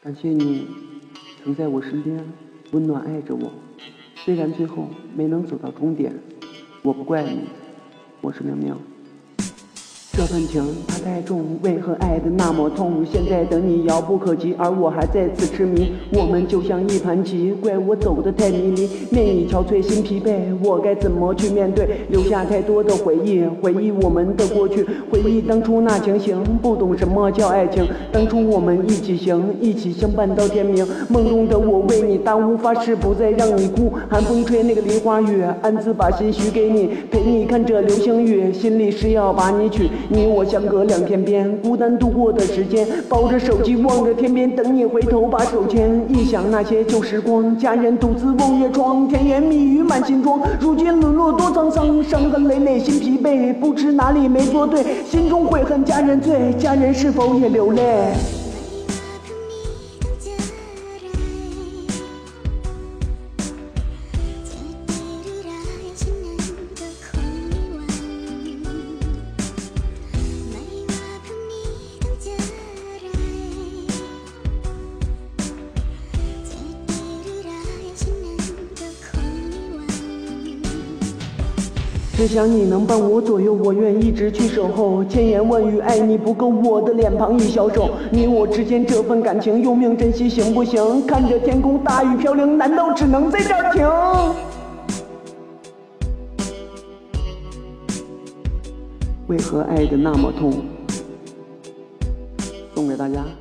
感谢你曾在我身边温暖爱着我，虽然最后没能走到终点，我不怪你，我是明明。这份情它太重，为何爱得那么痛？现在的你遥不可及，而我还在此痴迷。我们就像一盘棋，怪我走得太迷离，面已憔悴，心疲惫，我该怎么去面对？留下太多的回忆，回忆我们的过去，回忆当初那情形，不懂什么叫爱情。当初我们一起行，一起相伴到天明。梦中的我为你大雾发誓，不再让你哭。寒风吹那个梨花雨，暗自把心许给你，陪你看着流星雨，心里是要把你娶。你我相隔两天边，孤单度过的时间，抱着手机望着天边，等你回头把手牵。一想那些旧时光，家人独自望月窗，甜言蜜语满心装。如今沦落多沧桑，伤痕累累心疲惫，不知哪里没做对，心中悔恨家人醉，家人是否也流泪？只想你能伴我左右，我愿一直去守候。千言万语爱你不够，我的脸庞一小手。你我之间这份感情，用命珍惜行不行？看着天空大雨飘零，难道只能在这儿停？为何爱得那么痛？送给大家。